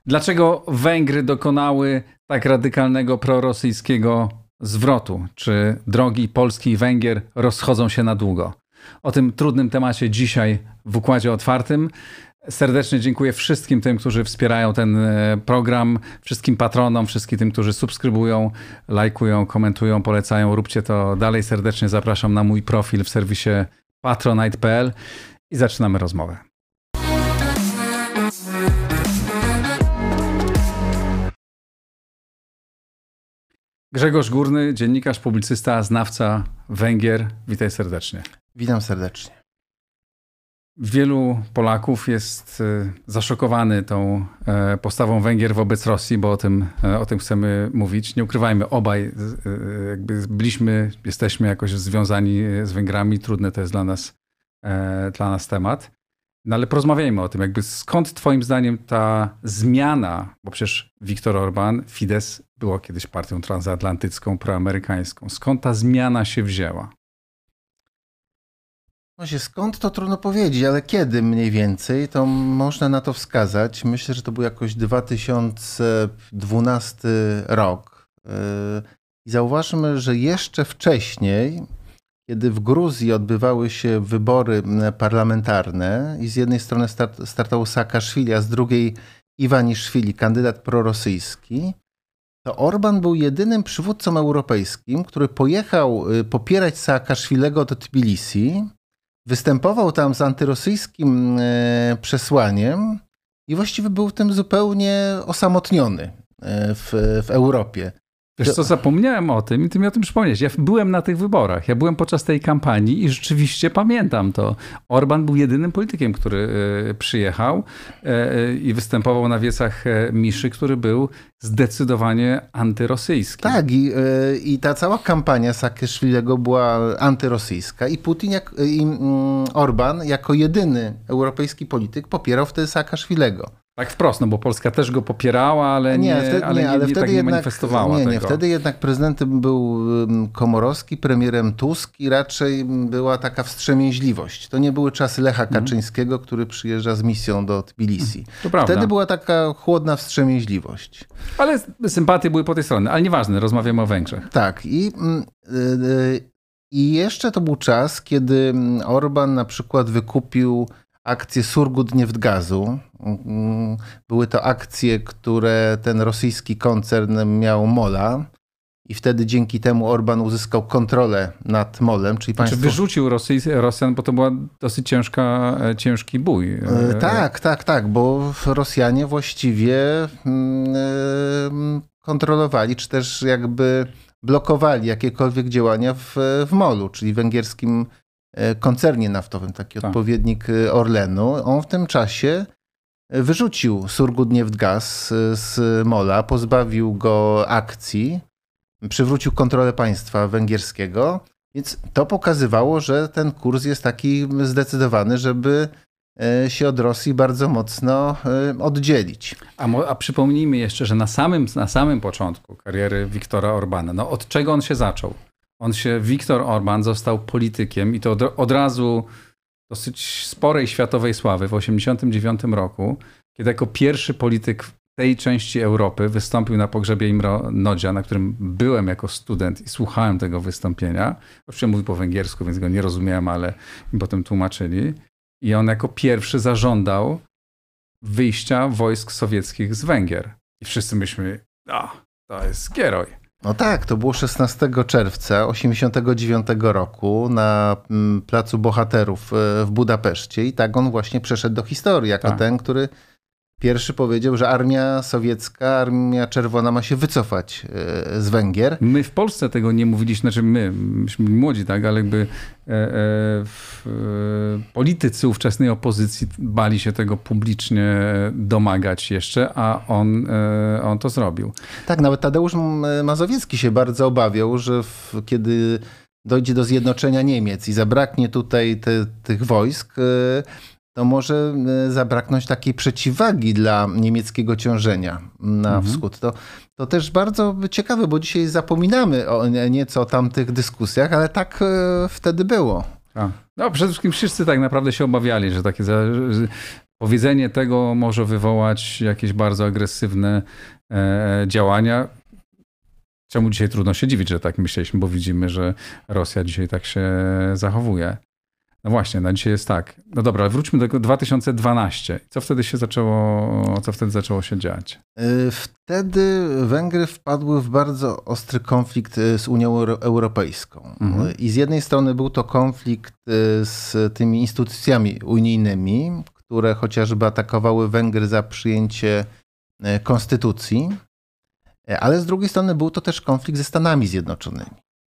Dlaczego Węgry dokonały tak radykalnego prorosyjskiego zwrotu? Czy drogi Polski i Węgier rozchodzą się na długo? O tym trudnym temacie dzisiaj w Układzie Otwartym. Serdecznie dziękuję wszystkim tym, którzy wspierają ten program, wszystkim patronom, wszystkim tym, którzy subskrybują, lajkują, komentują, polecają. Róbcie to dalej. Serdecznie zapraszam na mój profil w serwisie patronite.pl i zaczynamy rozmowę. Grzegorz Górny, dziennikarz, publicysta, znawca Węgier. Witaj serdecznie. Witam serdecznie. Wielu Polaków jest zaszokowany tą postawą Węgier wobec Rosji, bo o tym chcemy mówić. Nie ukrywajmy, obaj jesteśmy jakoś związani z Węgrami. Trudny to jest dla nas temat. No ale porozmawiajmy o tym, skąd twoim zdaniem ta zmiana, bo przecież Viktor Orbán, Fidesz było kiedyś partią transatlantycką, proamerykańską. Skąd ta zmiana się wzięła? Właśnie skąd to trudno powiedzieć, ale kiedy mniej więcej, to można na to wskazać. Myślę, że to był jakoś 2012 rok. I zauważmy, że jeszcze wcześniej, kiedy w Gruzji odbywały się wybory parlamentarne i z jednej strony startował Saakaszwili, a z drugiej Iwaniszwili, kandydat prorosyjski, to Orbán był jedynym przywódcą europejskim, który pojechał popierać Saakaszwilego do Tbilisi, występował tam z antyrosyjskim przesłaniem i właściwie był w tym zupełnie osamotniony w Europie. Wiesz co, zapomniałem o tym i ty mi o tym przypomniałeś. Ja byłem na tych wyborach, ja byłem podczas tej kampanii i rzeczywiście pamiętam to. Orbán był jedynym politykiem, który przyjechał i występował na wiecach miszy, który był zdecydowanie antyrosyjski. Tak, i ta cała kampania Saakaszwilego była antyrosyjska i Putin i Orbán jako jedyny europejski polityk popierał wtedy Saakaszwilego. Tak wprost, no bo Polska też go popierała, ale nie manifestowała tego. Wtedy jednak prezydentem był Komorowski, premierem Tusk i raczej była taka wstrzemięźliwość. To nie były czasy Lecha Kaczyńskiego, który przyjeżdża z misją do Tbilisi. To prawda. Wtedy była taka chłodna wstrzemięźliwość. Ale sympatie były po tej stronie, ale nieważne, rozmawiamy o Węgrzech. Tak i jeszcze to był czas, kiedy Orbán na przykład wykupił akcje Surgutneftgazu. Były to akcje, które ten rosyjski koncern miał MOL-a i wtedy dzięki temu Orbán uzyskał kontrolę nad MOL-em. Czyli wyrzucił Rosjan, bo to była dosyć ciężki bój. Tak, bo Rosjanie właściwie kontrolowali, czy też jakby blokowali jakiekolwiek działania w MOL-u, czyli węgierskim koncernie naftowym, taki odpowiednik Orlenu. On w tym czasie wyrzucił Surgutneftgaz z MOL-a, pozbawił go akcji, przywrócił kontrolę państwa węgierskiego, więc to pokazywało, że ten kurs jest taki zdecydowany, żeby się od Rosji bardzo mocno oddzielić. A przypomnijmy jeszcze, że na samym początku kariery Viktora Orbána, od czego on się zaczął? Viktor Orbán został politykiem i to od razu dosyć sporej światowej sławy w 1989 roku, kiedy jako pierwszy polityk w tej części Europy wystąpił na pogrzebie Imre Nagya, na którym byłem jako student i słuchałem tego wystąpienia. Oczywiście mówił po węgiersku, więc go nie rozumiałem, ale mi potem tłumaczyli. I on jako pierwszy zażądał wyjścia wojsk sowieckich z Węgier. I wszyscy myślimy, to jest Gieroj. No tak, to było 16 czerwca 1989 roku na Placu Bohaterów w Budapeszcie i tak on właśnie przeszedł do historii jako ten, który pierwszy powiedział, że armia sowiecka, Armia Czerwona ma się wycofać z Węgier. My w Polsce tego nie mówiliśmy, myśmy młodzi, tak, ale politycy ówczesnej opozycji bali się tego publicznie domagać jeszcze, a on to zrobił. Tak, nawet Tadeusz Mazowiecki się bardzo obawiał, że kiedy dojdzie do zjednoczenia Niemiec i zabraknie tutaj tych wojsk, to może zabraknąć takiej przeciwwagi dla niemieckiego ciążenia na wschód. To też bardzo ciekawe, bo dzisiaj zapominamy nieco o tamtych dyskusjach, ale tak wtedy było. No, przede wszystkim wszyscy tak naprawdę się obawiali, że takie powiedzenie tego może wywołać jakieś bardzo agresywne działania. Czemu dzisiaj trudno się dziwić, że tak myśleliśmy, bo widzimy, że Rosja dzisiaj tak się zachowuje. No właśnie, na dzisiaj jest tak. No dobra, ale wróćmy do 2012. Co wtedy zaczęło się dziać? Wtedy Węgry wpadły w bardzo ostry konflikt z Unią Europejską. I z jednej strony był to konflikt z tymi instytucjami unijnymi, które chociażby atakowały Węgry za przyjęcie konstytucji, ale z drugiej strony był to też konflikt ze Stanami Zjednoczonymi.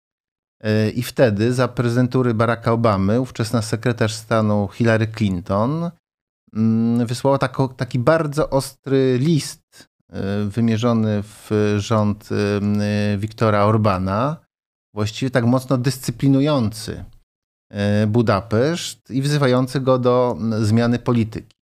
I wtedy za prezydentury Baracka Obamy ówczesna sekretarz stanu Hillary Clinton wysłała taki bardzo ostry list wymierzony w rząd Viktora Orbana, właściwie tak mocno dyscyplinujący Budapeszt i wzywający go do zmiany polityki.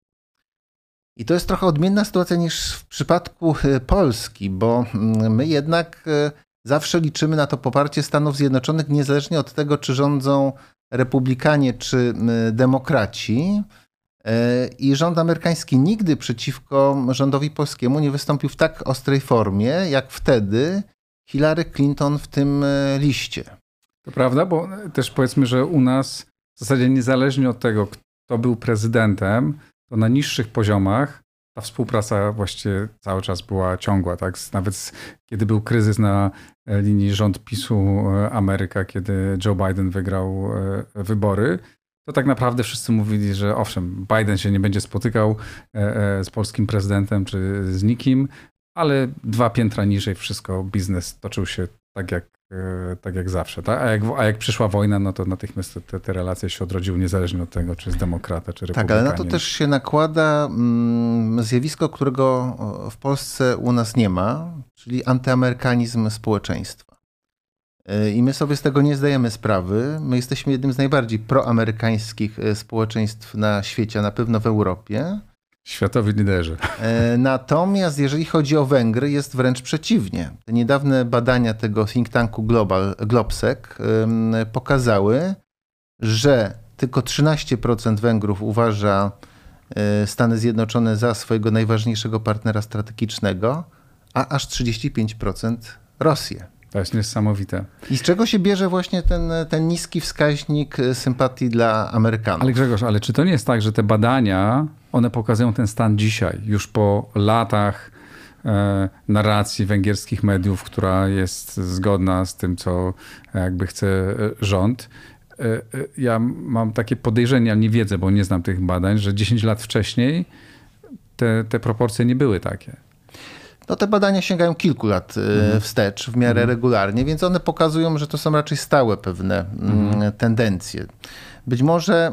I to jest trochę odmienna sytuacja niż w przypadku Polski, bo my jednak zawsze liczymy na to poparcie Stanów Zjednoczonych, niezależnie od tego, czy rządzą republikanie, czy demokraci. I rząd amerykański nigdy przeciwko rządowi polskiemu nie wystąpił w tak ostrej formie, jak wtedy Hillary Clinton w tym liście. To prawda, bo też powiedzmy, że u nas w zasadzie niezależnie od tego, kto był prezydentem, to na niższych poziomach ta współpraca właściwie cały czas była ciągła. Tak? Nawet kiedy był kryzys na linii rząd PiS-u Ameryka, kiedy Joe Biden wygrał wybory, to tak naprawdę wszyscy mówili, że owszem, Biden się nie będzie spotykał z polskim prezydentem czy z nikim, ale 2 piętra niżej wszystko, biznes toczył się tak jak zawsze. Tak? A jak przyszła wojna, no to natychmiast te relacje się odrodziły, niezależnie od tego, czy jest demokrata, czy republikanin. Tak, ale na to też się nakłada zjawisko, którego w Polsce u nas nie ma, czyli antyamerykanizm społeczeństwa. I my sobie z tego nie zdajemy sprawy. My jesteśmy jednym z najbardziej proamerykańskich społeczeństw na świecie, a na pewno w Europie. Światowi liderzy. Natomiast jeżeli chodzi o Węgry, jest wręcz przeciwnie. Te niedawne badania tego think tanku Globsec pokazały, że tylko 13% Węgrów uważa Stany Zjednoczone za swojego najważniejszego partnera strategicznego, a aż 35% Rosję. To jest niesamowite. I z czego się bierze właśnie ten niski wskaźnik sympatii dla Amerykanów? Ale Grzegorz, ale czy to nie jest tak, że te badania, one pokazują ten stan dzisiaj, już po latach narracji węgierskich mediów, która jest zgodna z tym, co jakby chce rząd. Ja mam takie podejrzenie, ale nie wiedzę, bo nie znam tych badań, że 10 lat wcześniej te proporcje nie były takie. No te badania sięgają kilku lat wstecz w miarę regularnie, więc one pokazują, że to są raczej stałe pewne tendencje. Być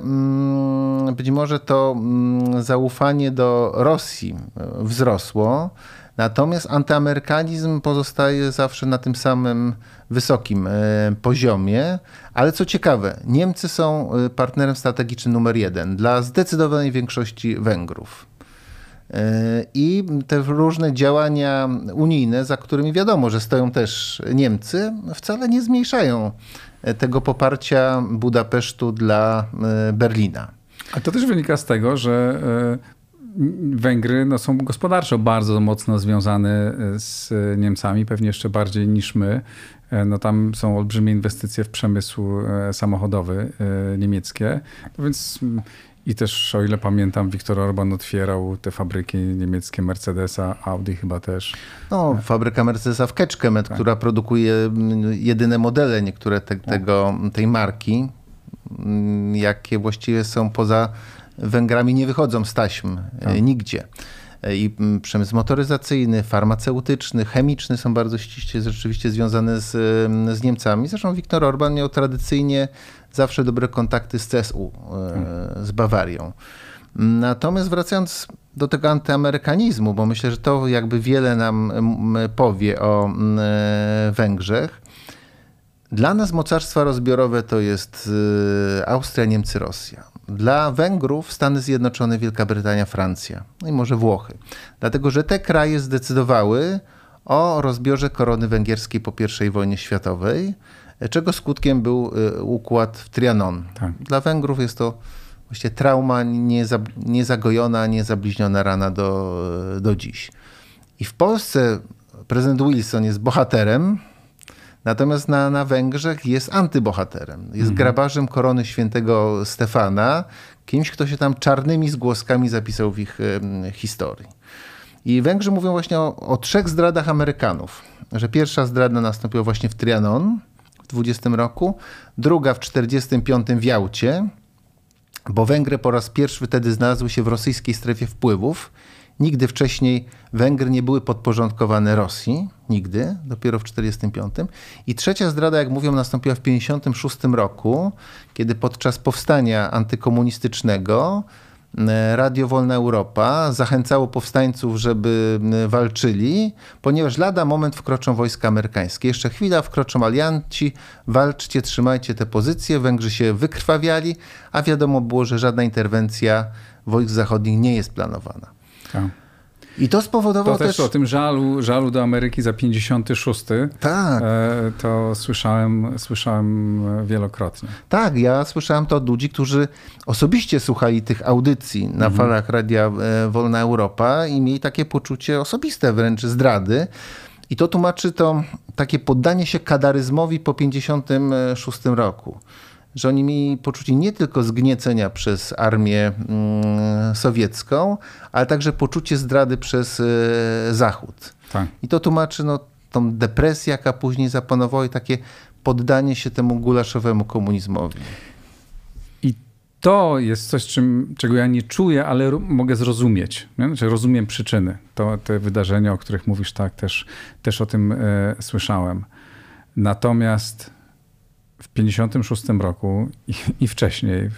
może to zaufanie do Rosji wzrosło, natomiast antyamerykanizm pozostaje zawsze na tym samym wysokim poziomie, ale co ciekawe, Niemcy są partnerem strategicznym numer 1 dla zdecydowanej większości Węgrów. I te różne działania unijne, za którymi wiadomo, że stoją też Niemcy, wcale nie zmniejszają tego poparcia Budapesztu dla Berlina. A to też wynika z tego, że Węgry są gospodarczo bardzo mocno związane z Niemcami, pewnie jeszcze bardziej niż my. No tam są olbrzymie inwestycje w przemysł samochodowy niemieckie, no więc i też, o ile pamiętam, Viktor Orban otwierał te fabryki niemieckie Mercedesa, Audi chyba też. No, fabryka Mercedesa w Kecskemét, która produkuje jedyne modele niektóre tej marki, jakie właściwie są poza Węgrami, nie wychodzą z taśm nigdzie. I przemysł motoryzacyjny, farmaceutyczny, chemiczny są bardzo ściśle rzeczywiście związane z Niemcami. Zresztą Viktor Orban miał tradycyjnie zawsze dobre kontakty z CSU, z Bawarią. Natomiast wracając do tego antyamerykanizmu, bo myślę, że to jakby wiele nam powie o Węgrzech. Dla nas mocarstwa rozbiorowe to jest Austria, Niemcy, Rosja. Dla Węgrów Stany Zjednoczone, Wielka Brytania, Francja, no i może Włochy. Dlatego, że te kraje zdecydowały o rozbiorze korony węgierskiej po I wojnie światowej, czego skutkiem był układ w Trianon. Tak. Dla Węgrów jest to właściwie trauma niezagojona, niezabliźniona rana do dziś. I w Polsce prezydent Wilson jest bohaterem, natomiast na Węgrzech jest antybohaterem. Jest grabarzem korony świętego Stefana, kimś, kto się tam czarnymi zgłoskami zapisał w ich historii. I Węgrzy mówią właśnie o 3 zdradach Amerykanów. Że pierwsza zdrada nastąpiła właśnie w Trianon w 20 roku, druga w 45 w Jałcie, bo Węgry po raz pierwszy wtedy znalazły się w rosyjskiej strefie wpływów. Nigdy wcześniej Węgry nie były podporządkowane Rosji. Nigdy. Dopiero w 45. I trzecia zdrada, jak mówią, nastąpiła w 56 roku, kiedy podczas powstania antykomunistycznego Radio Wolna Europa zachęcało powstańców, żeby walczyli, ponieważ lada moment wkroczą wojska amerykańskie. Jeszcze chwila, wkroczą alianci, walczcie, trzymajcie te pozycje. Węgrzy się wykrwawiali, a wiadomo było, że żadna interwencja wojsk zachodnich nie jest planowana. Tak. I to spowodowało to też o tym żalu do Ameryki za 56. Tak. To słyszałem wielokrotnie. Tak, ja słyszałem to od ludzi, którzy osobiście słuchali tych audycji na falach Radia Wolna Europa i mieli takie poczucie osobiste wręcz zdrady. I to tłumaczy to takie poddanie się kadaryzmowi po 56 roku. Że oni mieli poczucie nie tylko zgniecenia przez armię sowiecką, ale także poczucie zdrady przez Zachód. Tak. I to tłumaczy tą depresję, jaka później zapanowała i takie poddanie się temu gulaszowemu komunizmowi. I to jest coś, czego ja nie czuję, ale mogę zrozumieć. Nie? Znaczy, rozumiem przyczyny. Te wydarzenia, o których mówisz, tak, też o tym słyszałem. Natomiast w 56 roku i wcześniej,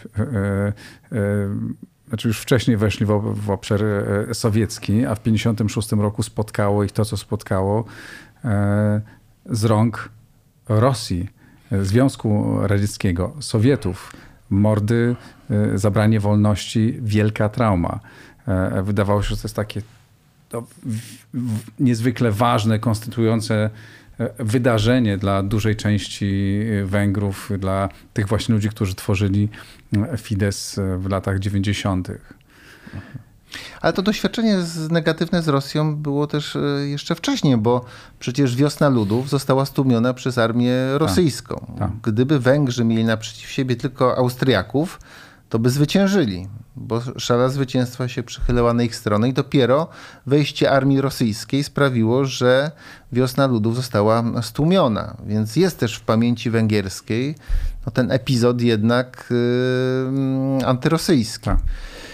znaczy już wcześniej weszli w obszar sowiecki, a w 56 roku spotkało ich to, co spotkało z rąk Rosji, Związku Radzieckiego, Sowietów. Mordy, zabranie wolności, wielka trauma. Wydawało się, że to jest takie niezwykle ważne, konstytuujące wydarzenie dla dużej części Węgrów, dla tych właśnie ludzi, którzy tworzyli Fidesz w latach 90. Ale to doświadczenie negatywne z Rosją było też jeszcze wcześniej, bo przecież Wiosna Ludów została stłumiona przez armię rosyjską. Tak. Gdyby Węgrzy mieli naprzeciw siebie tylko Austriaków, to by zwyciężyli, bo szala zwycięstwa się przychylała na ich stronę i dopiero wejście armii rosyjskiej sprawiło, że Wiosna Ludów została stłumiona. Więc jest też w pamięci węgierskiej ten epizod jednak antyrosyjski. Tak.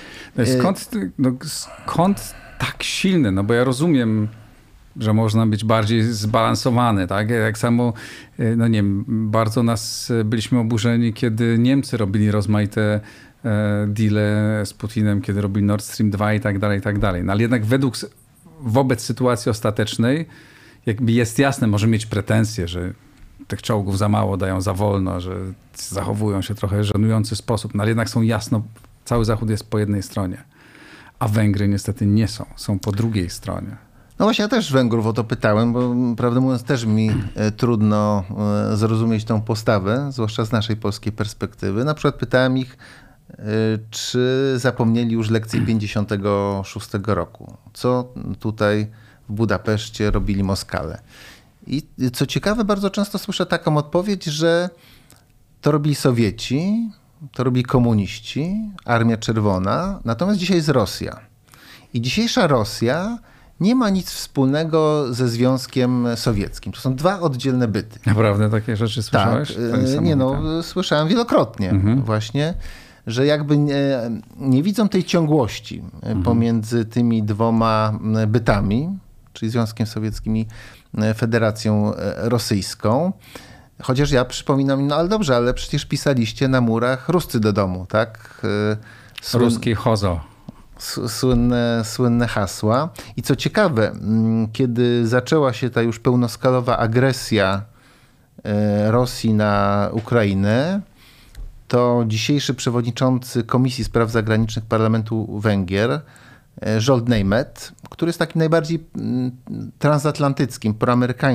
Skąd tak silny? No bo ja rozumiem, że można być bardziej zbalansowany, tak? Jak samo, no nie wiem, bardzo byliśmy oburzeni, kiedy Niemcy robili rozmaite deale z Putinem, kiedy robili Nord Stream 2 i tak dalej, i tak dalej. No ale jednak wobec sytuacji ostatecznej jakby jest jasne, może mieć pretensje, że tych czołgów za mało, dają za wolno, że zachowują się trochę w żenujący sposób, no ale jednak są jasno, cały Zachód jest po jednej stronie, a Węgry niestety nie są, są po drugiej stronie. No właśnie ja też Węgrów o to pytałem, bo prawdę mówiąc też mi trudno zrozumieć tą postawę, zwłaszcza z naszej polskiej perspektywy. Na przykład pytałem ich, czy zapomnieli już lekcji 56 roku. Co tutaj w Budapeszcie robili Moskale. I co ciekawe, bardzo często słyszę taką odpowiedź, że to robili Sowieci, to robili komuniści, Armia Czerwona, natomiast dzisiaj jest Rosja. I dzisiejsza Rosja nie ma nic wspólnego ze Związkiem Sowieckim. To są 2 oddzielne byty. Naprawdę takie rzeczy słyszałeś? Tak, nie no, słyszałem wielokrotnie właśnie, że jakby nie widzą tej ciągłości pomiędzy tymi 2 bytami, czyli Związkiem Sowieckim i Federacją Rosyjską. Chociaż ja przypominam, no ale dobrze, ale przecież pisaliście na murach Ruscy do domu, tak? Ruski Hozo. Słynne hasła. I co ciekawe, kiedy zaczęła się ta już pełnoskalowa agresja Rosji na Ukrainę, to dzisiejszy przewodniczący Komisji Spraw Zagranicznych Parlamentu Węgier, Zsolt Németh, który jest takim najbardziej transatlantyckim,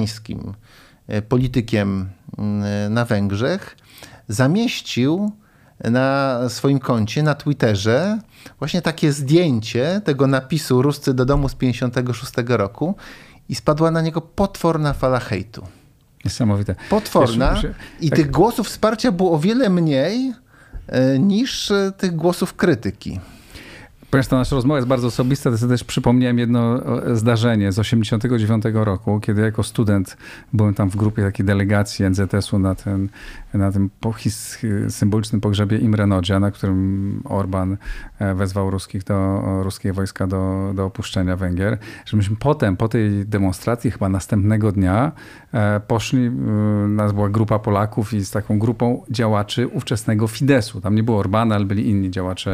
proamerykańskim politykiem na Węgrzech, zamieścił na swoim koncie, na Twitterze, właśnie takie zdjęcie tego napisu Ruscy do domu z 1956 roku i spadła na niego potworna fala hejtu. Niesamowite. Potworna. I tych głosów wsparcia było o wiele mniej niż tych głosów krytyki. Ponieważ ta nasza rozmowa jest bardzo osobista, to sobie też przypomniałem jedno zdarzenie z 1989 roku, kiedy jako student byłem tam w grupie takiej delegacji NZS-u na tym symbolicznym pogrzebie Imre Nagya, na którym Orbán wezwał ruskie wojska do opuszczenia Węgier. Że myśmy potem, po tej demonstracji, chyba następnego dnia, poszli, nas była grupa Polaków i z taką grupą działaczy ówczesnego Fidesu. Tam nie było Orbána, ale byli inni działacze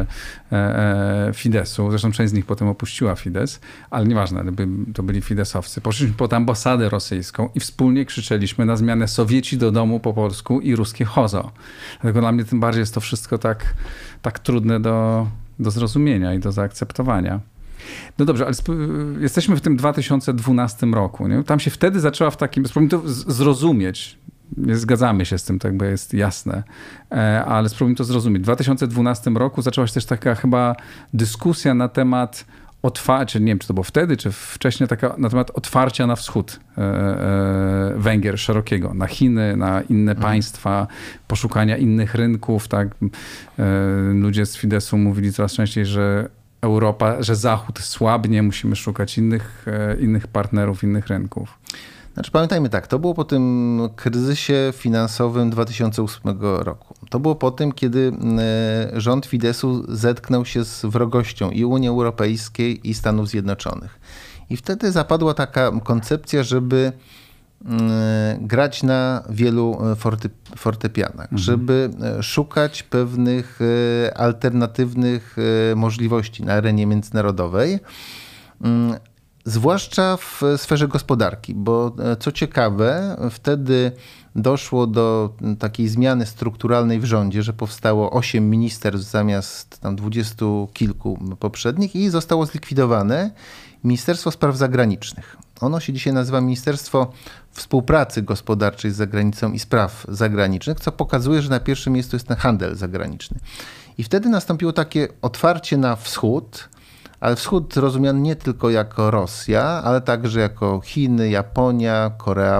Fidesu. Zresztą część z nich potem opuściła Fides, ale nieważne, to byli Fidesowcy. Poszliśmy pod ambasadę rosyjską i wspólnie krzyczeliśmy na zmianę Sowieci do domu po polsku i ruskie Hozo. Dlatego dla mnie tym bardziej jest to wszystko tak trudne do zrozumienia i do zaakceptowania. No dobrze, ale jesteśmy w tym 2012 roku. Nie? Tam się wtedy zaczęła w takim... Spróbujmy to zrozumieć. Nie zgadzamy się z tym, tak jakby jest jasne, ale spróbujmy to zrozumieć. W 2012 roku zaczęła się też taka chyba dyskusja na temat otwarcia, nie wiem, czy to było wtedy, czy wcześniej, taka na temat otwarcia na wschód Węgier szerokiego, na Chiny, na inne państwa, poszukania innych rynków. Tak? Ludzie z Fidesu mówili coraz częściej, że Europa, że Zachód słabnie, musimy szukać innych partnerów, innych rynków. Znaczy pamiętajmy tak, to było po tym kryzysie finansowym 2008 roku. To było po tym, kiedy rząd Fidesu zetknął się z wrogością i Unii Europejskiej, i Stanów Zjednoczonych. I wtedy zapadła taka koncepcja, żeby grać na wielu fortepianach, żeby szukać pewnych alternatywnych możliwości na arenie międzynarodowej, zwłaszcza w sferze gospodarki, bo co ciekawe, wtedy doszło do takiej zmiany strukturalnej w rządzie, że powstało 8 ministerstw zamiast tam 20 kilku poprzednich i zostało zlikwidowane Ministerstwo Spraw Zagranicznych. Ono się dzisiaj nazywa Ministerstwo Współpracy Gospodarczej z zagranicą i Spraw Zagranicznych, co pokazuje, że na pierwszym miejscu jest ten handel zagraniczny. I wtedy nastąpiło takie otwarcie na wschód, ale wschód rozumiany nie tylko jako Rosja, ale także jako Chiny, Japonia, Korea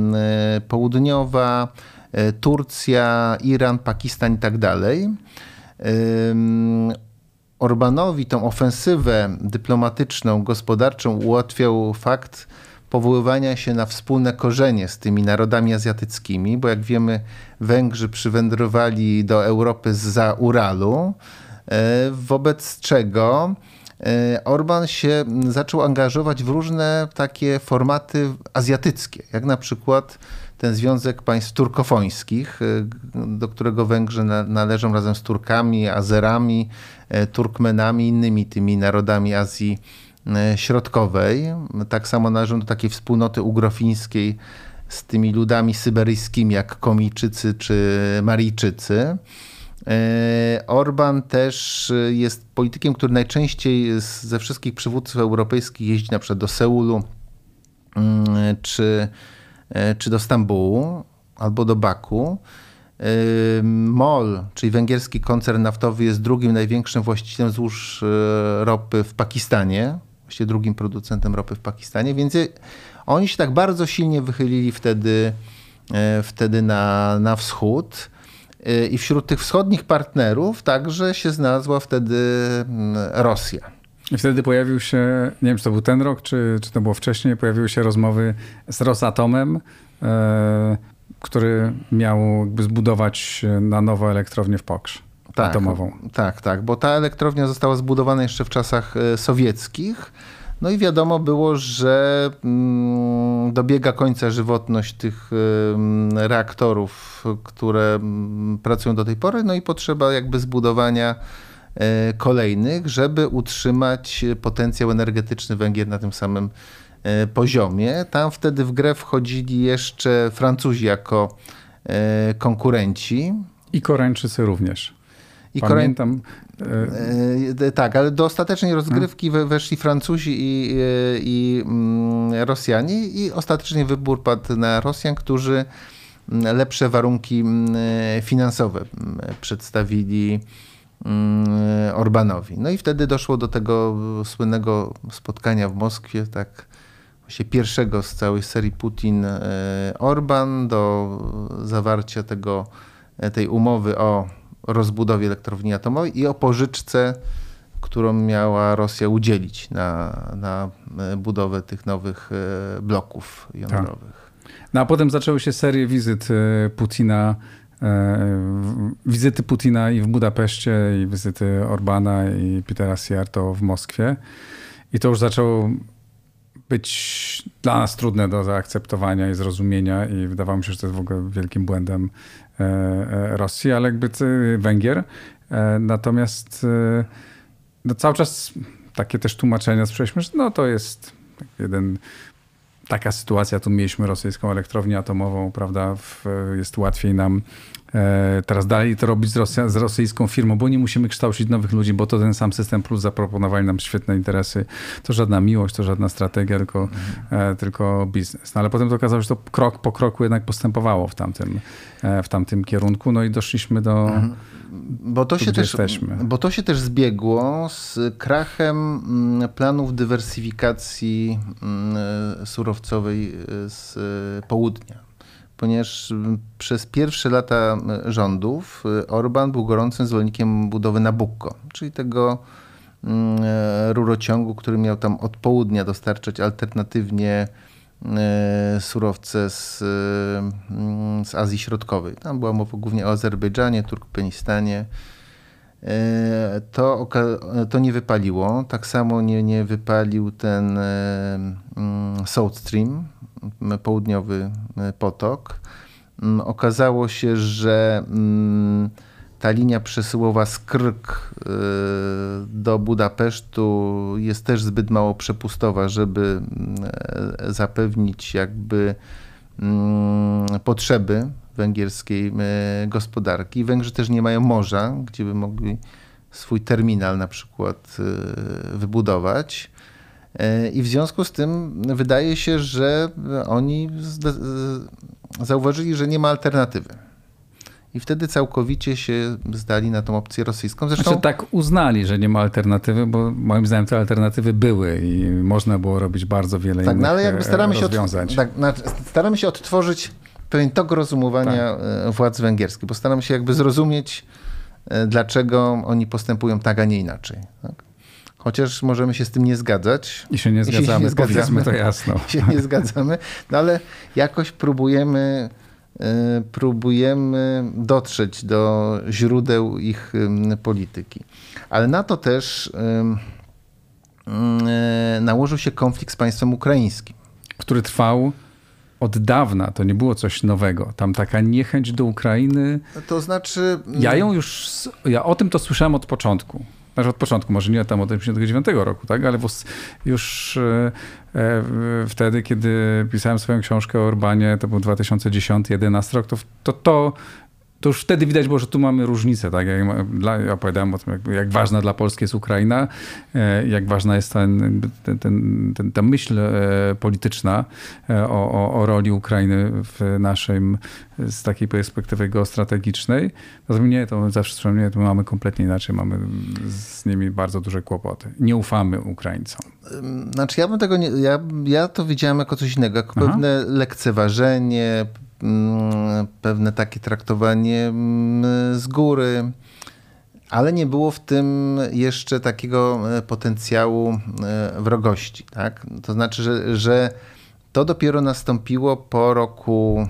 Południowa, Turcja, Iran, Pakistan i tak dalej. Orbánowi tą ofensywę dyplomatyczną, gospodarczą ułatwiał fakt powoływania się na wspólne korzenie z tymi narodami azjatyckimi, bo jak wiemy, Węgrzy przywędrowali do Europy zza Uralu, wobec czego Orbán się zaczął angażować w różne takie formaty azjatyckie, jak na przykład ten Związek Państw Turkofońskich, do którego Węgrzy należą razem z Turkami, Azerami, Turkmenami, innymi tymi narodami Azji Środkowej. Tak samo należą do takiej wspólnoty ugrofińskiej z tymi ludami syberyjskimi jak Komijczycy czy Marijczycy. Orbán też jest politykiem, który najczęściej ze wszystkich przywódców europejskich jeździ na przykład do Seulu czy do Stambułu albo do Baku. MOL, czyli węgierski koncern naftowy, jest drugim największym właścicielem złóż ropy w Pakistanie, właściwie drugim producentem ropy w Pakistanie, więc oni się tak bardzo silnie wychylili wtedy na wschód. I wśród tych wschodnich partnerów także się znalazła wtedy Rosja. I wtedy pojawił się, nie wiem, czy to był ten rok, czy to było wcześniej, pojawiły się rozmowy z Rosatomem, który miał jakby zbudować na nowo elektrownię w Pokrzy atomową. Tak, bo ta elektrownia została zbudowana jeszcze w czasach sowieckich. No i wiadomo było, że dobiega końca żywotność tych reaktorów, które pracują do tej pory, no i potrzeba jakby zbudowania kolejnych, żeby utrzymać potencjał energetyczny Węgier na tym samym poziomie. Tam wtedy w grę wchodzili jeszcze Francuzi jako konkurenci. I Koreańczycy również. Pamiętam. Tak, ale do ostatecznej rozgrywki weszli Francuzi i Rosjanie i ostatecznie wybór padł na Rosjan, którzy lepsze warunki finansowe przedstawili Orbánowi. No i wtedy doszło do tego słynnego spotkania w Moskwie, tak właśnie pierwszego z całej serii Putin-Orbán, do zawarcia tej umowy o rozbudowie elektrowni atomowej i o pożyczce, którą miała Rosja udzielić na budowę tych nowych bloków jądrowych. No a potem zaczęły się serie wizyty Putina i w Budapeszcie, i wizyty Orbána i Petera Szijjarto w Moskwie. I to już zaczęło być dla nas trudne do zaakceptowania i zrozumienia i wydawało mi się, że to jest w ogóle wielkim błędem Rosji, ale Węgier. Natomiast no cały czas takie też tłumaczenia słyszeliśmy, że no to jest taka sytuacja, tu mieliśmy rosyjską elektrownię atomową, prawda, jest łatwiej nam teraz dalej to robić z rosyjską firmą, bo nie musimy kształcić nowych ludzi, bo to ten sam System Plus zaproponowali nam świetne interesy. To żadna miłość, to żadna strategia, tylko biznes. No ale potem to okazało się, że to krok po kroku jednak postępowało w tamtym kierunku, no i doszliśmy do... Bo to się też zbiegło z krachem planów dywersyfikacji surowcowej z południa. Ponieważ przez pierwsze lata rządów Orbán był gorącym zwolennikiem budowy Nabucco, czyli tego rurociągu, który miał tam od południa dostarczać alternatywnie surowce z Azji Środkowej. Tam była mowa głównie o Azerbejdżanie, Turkmenistanie. To nie wypaliło. Tak samo nie wypalił ten South Stream, południowy potok. Okazało się, że ta linia przesyłowa z Krk do Budapesztu jest też zbyt mało przepustowa, żeby zapewnić jakby potrzeby węgierskiej gospodarki. Węgrzy też nie mają morza, gdzie by mogli swój terminal na przykład wybudować. I w związku z tym wydaje się, że oni zauważyli, że nie ma alternatywy. I wtedy całkowicie się zdali na tą opcję rosyjską. Zresztą znaczy, tak uznali, że nie ma alternatywy, bo moim zdaniem te alternatywy były i można było robić bardzo wiele innych no ale jakby rozwiązań. Staramy się odtworzyć pewien tok rozumowania władz węgierskich, bo staramy się jakby zrozumieć, dlaczego oni postępują tak, a nie inaczej. Tak? Chociaż możemy się z tym nie zgadzać. I się nie zgadzamy, powiedzmy to jasno. Się nie zgadzamy, no ale jakoś próbujemy dotrzeć do źródeł ich polityki. Ale na to też nałożył się konflikt z państwem ukraińskim. Który trwał od dawna, to nie było coś nowego. Tam taka niechęć do Ukrainy. To znaczy... Ja o tym to słyszałem od początku. Znaczy od początku, może nie tam od 1989 roku, tak? Ale już wtedy, kiedy pisałem swoją książkę o Orbánie, to był 2010-2011 rok, to już wtedy widać było, że tu mamy różnicę. Tak? Ja opowiadałem o tym, jak ważna dla Polski jest Ukraina, jak ważna jest ta myśl polityczna o roli Ukrainy w naszym, z takiej perspektywy geostrategicznej. Natomiast nie, to zawsze słyszałem, to mamy kompletnie inaczej, mamy z nimi bardzo duże kłopoty. Nie ufamy Ukraińcom. Znaczy ja bym tego nie, ja to widziałem jako coś innego, jako pewne lekceważenie, pewne takie traktowanie z góry, ale nie było w tym jeszcze takiego potencjału wrogości. Tak? To znaczy, że to dopiero nastąpiło po roku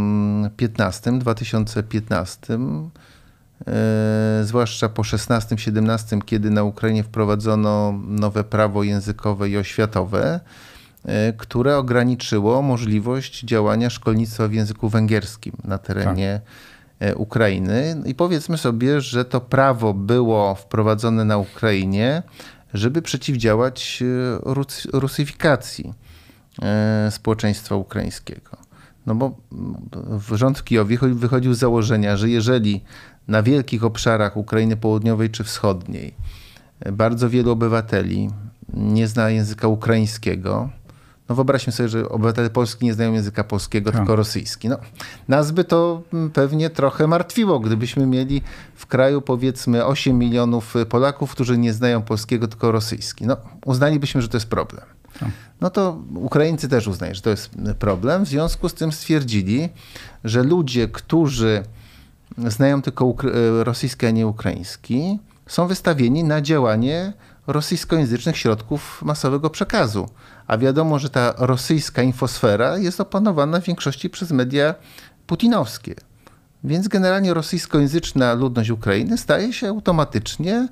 2015, zwłaszcza po 16-17, kiedy na Ukrainie wprowadzono nowe prawo językowe i oświatowe, które ograniczyło możliwość działania szkolnictwa w języku węgierskim na terenie Ukrainy. I powiedzmy sobie, że to prawo było wprowadzone na Ukrainie, żeby przeciwdziałać rusyfikacji społeczeństwa ukraińskiego. No bo rząd w Kijowie wychodził z założenia, że jeżeli na wielkich obszarach Ukrainy Południowej czy Wschodniej bardzo wielu obywateli nie zna języka ukraińskiego, No wyobraźmy sobie, że obywatele polski nie znają języka polskiego, tylko rosyjski. No, nas by to pewnie trochę martwiło, gdybyśmy mieli w kraju powiedzmy 8 milionów Polaków, którzy nie znają polskiego, tylko rosyjski. No, uznalibyśmy, że to jest problem. No to Ukraińcy też uznają, że to jest problem. W związku z tym stwierdzili, że ludzie, którzy znają tylko rosyjski, a nie ukraiński, są wystawieni na działanie rosyjskojęzycznych środków masowego przekazu. A wiadomo, że ta rosyjska infosfera jest opanowana w większości przez media putinowskie. Więc generalnie rosyjskojęzyczna ludność Ukrainy staje się automatycznie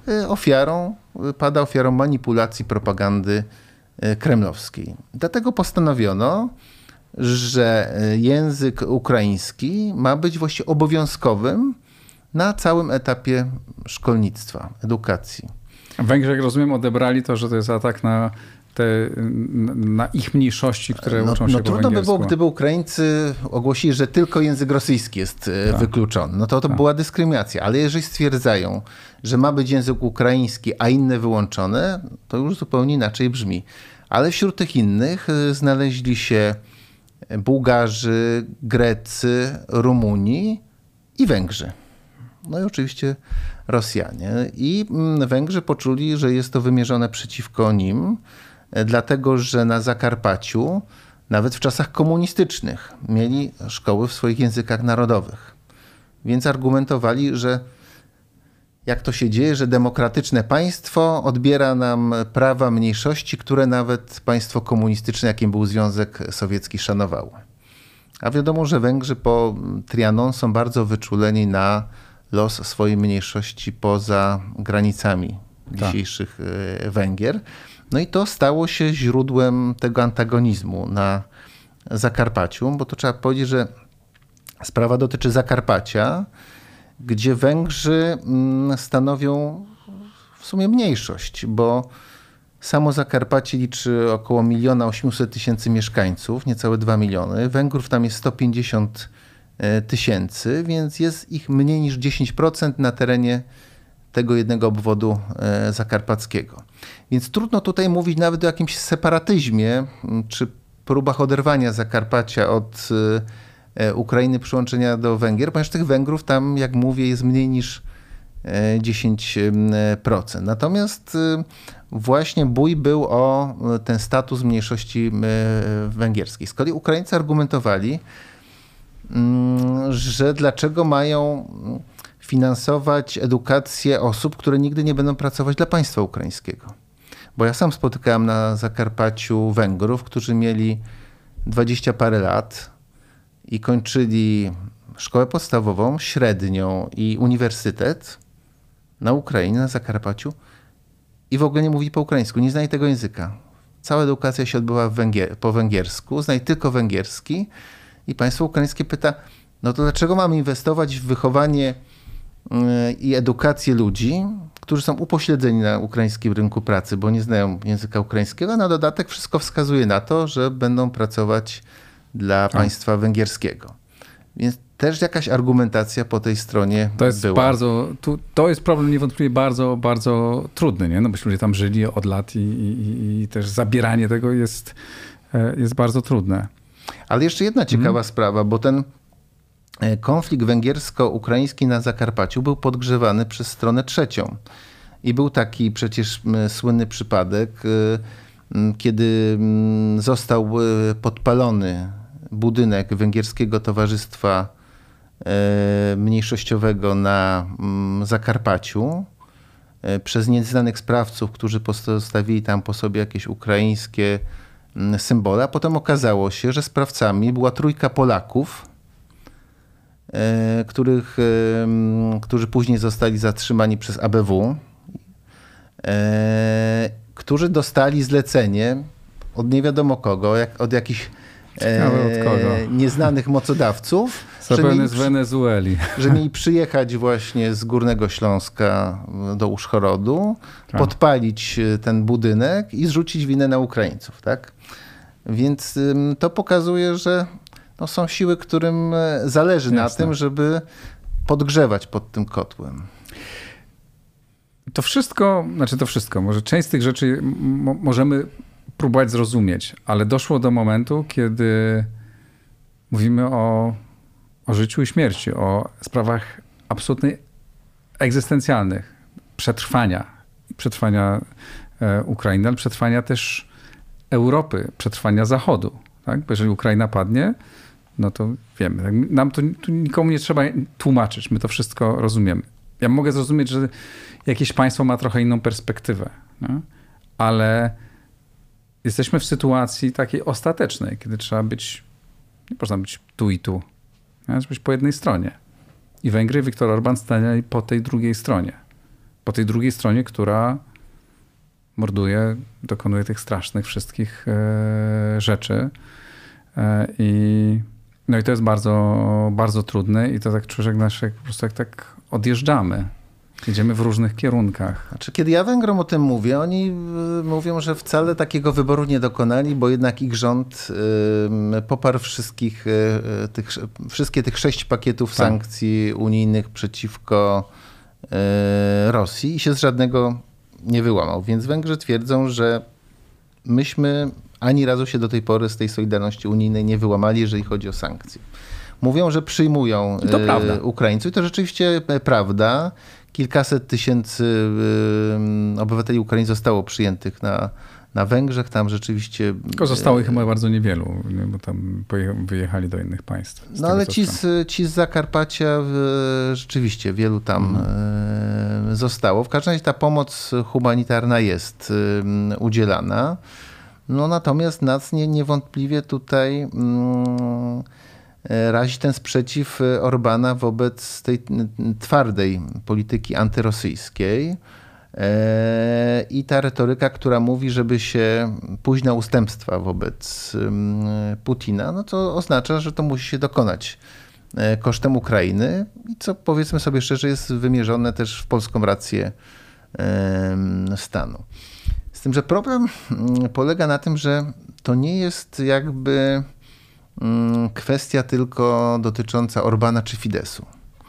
pada ofiarą manipulacji propagandy kremlowskiej. Dlatego postanowiono, że język ukraiński ma być właściwie obowiązkowym na całym etapie szkolnictwa, edukacji. Węgrzy, jak rozumiem, odebrali to, że to jest atak na ich mniejszości, które uczą się po węgiersku. Trudno by było, gdyby Ukraińcy ogłosili, że tylko język rosyjski jest wykluczony. No to była dyskryminacja. Ale jeżeli stwierdzają, że ma być język ukraiński, a inne wyłączone, to już zupełnie inaczej brzmi. Ale wśród tych innych znaleźli się Bułgarzy, Grecy, Rumuni i Węgrzy. No i oczywiście Rosjanie. I Węgrzy poczuli, że jest to wymierzone przeciwko nim, dlatego że na Zakarpaciu, nawet w czasach komunistycznych, mieli szkoły w swoich językach narodowych. Więc argumentowali, że jak to się dzieje, że demokratyczne państwo odbiera nam prawa mniejszości, które nawet państwo komunistyczne, jakim był Związek Sowiecki, szanowało. A wiadomo, że Węgrzy po Trianon są bardzo wyczuleni na los swojej mniejszości poza granicami dzisiejszych Węgier. No i to stało się źródłem tego antagonizmu na Zakarpaciu, bo to trzeba powiedzieć, że sprawa dotyczy Zakarpacia, gdzie Węgrzy stanowią w sumie mniejszość, bo samo Zakarpacie liczy około 1 800 000 mieszkańców, niecałe 2 miliony. Węgrów tam jest 150 000, więc jest ich mniej niż 10% na terenie tego jednego obwodu zakarpackiego. Więc trudno tutaj mówić nawet o jakimś separatyzmie, czy próbach oderwania Zakarpacia od Ukrainy, przyłączenia do Węgier, ponieważ tych Węgrów tam, jak mówię, jest mniej niż 10%. Natomiast właśnie bój był o ten status mniejszości węgierskiej. Z kolei Ukraińcy argumentowali, że dlaczego mają finansować edukację osób, które nigdy nie będą pracować dla państwa ukraińskiego. Bo ja sam spotykałem na Zakarpaciu Węgrów, którzy mieli 20 parę lat i kończyli szkołę podstawową, średnią i uniwersytet na Ukrainie, na Zakarpaciu i w ogóle nie mówi po ukraińsku, nie znali tego języka. Cała edukacja się odbyła po węgiersku, znali tylko węgierski i państwo ukraińskie pyta, no to dlaczego mamy inwestować w wychowanie i edukację ludzi, którzy są upośledzeni na ukraińskim rynku pracy, bo nie znają języka ukraińskiego, a na dodatek wszystko wskazuje na to, że będą pracować dla państwa węgierskiego. Więc też jakaś argumentacja po tej stronie to jest była. To jest problem niewątpliwie bardzo, bardzo trudny, nie? No byśmy ludzie tam żyli od lat i też zabieranie tego jest bardzo trudne. Ale jeszcze jedna ciekawa sprawa, bo ten konflikt węgiersko-ukraiński na Zakarpaciu był podgrzewany przez stronę trzecią. I był taki przecież słynny przypadek, kiedy został podpalony budynek Węgierskiego Towarzystwa Mniejszościowego na Zakarpaciu przez nieznanych sprawców, którzy postawili tam po sobie jakieś ukraińskie symbole, a potem okazało się, że sprawcami była trójka Polaków, którzy później zostali zatrzymani przez ABW, którzy dostali zlecenie od nie wiadomo kogo, od jakichś nieznanych mocodawców, zapewne z Wenezueli, że mieli przyjechać właśnie z Górnego Śląska do Użhorodu, podpalić ten budynek i zrzucić winę na Ukraińców. Tak? Więc to pokazuje, że są siły, którym zależy na tym, żeby podgrzewać pod tym kotłem. To wszystko, może część z tych rzeczy możemy próbować zrozumieć, ale doszło do momentu, kiedy mówimy o życiu i śmierci, o sprawach absolutnie egzystencjalnych, przetrwania Ukrainy, ale przetrwania też Europy, przetrwania Zachodu. Tak? Bo jeżeli Ukraina padnie, no to wiemy. Tak? Nam tu nikomu nie trzeba tłumaczyć, my to wszystko rozumiemy. Ja mogę zrozumieć, że jakieś państwo ma trochę inną perspektywę, nie? Ale jesteśmy w sytuacji takiej ostatecznej, kiedy trzeba być, nie można być tu i tu, trzeba być po jednej stronie. I Węgry, Viktor Orbán stanęli po tej drugiej stronie. Po tej drugiej stronie, która morduje, dokonuje tych strasznych wszystkich rzeczy. No i to jest bardzo, bardzo trudne i to tak czuję, jak po prostu jak tak odjeżdżamy. Jedziemy w różnych kierunkach. Znaczy, kiedy ja Węgrom o tym mówię, oni mówią, że wcale takiego wyboru nie dokonali, bo jednak ich rząd poparł wszystkie tych 6 pakietów sankcji unijnych przeciwko Rosji i się z żadnego nie wyłamał. Więc Węgrzy twierdzą, że myśmy ani razu się do tej pory z tej solidarności unijnej nie wyłamali, jeżeli chodzi o sankcje. Mówią, że przyjmują Ukraińców i to rzeczywiście prawda. Kilkaset tysięcy obywateli Ukrainy zostało przyjętych na Węgrzech. Tam rzeczywiście... Tylko zostało ich chyba bardzo niewielu, bo tam wyjechali do innych państw. No ale ci z Zakarpacia rzeczywiście wielu tam zostało. W każdym razie ta pomoc humanitarna jest udzielana. No natomiast nas niewątpliwie tutaj razi ten sprzeciw Orbána wobec tej twardej polityki antyrosyjskiej i ta retoryka, która mówi, żeby się pójść na ustępstwa wobec Putina, no to oznacza, że to musi się dokonać kosztem Ukrainy i co powiedzmy sobie szczerze jest wymierzone też w polską rację stanu. Z tym, że problem polega na tym, że to nie jest jakby kwestia tylko dotycząca Orbána czy Fidesu.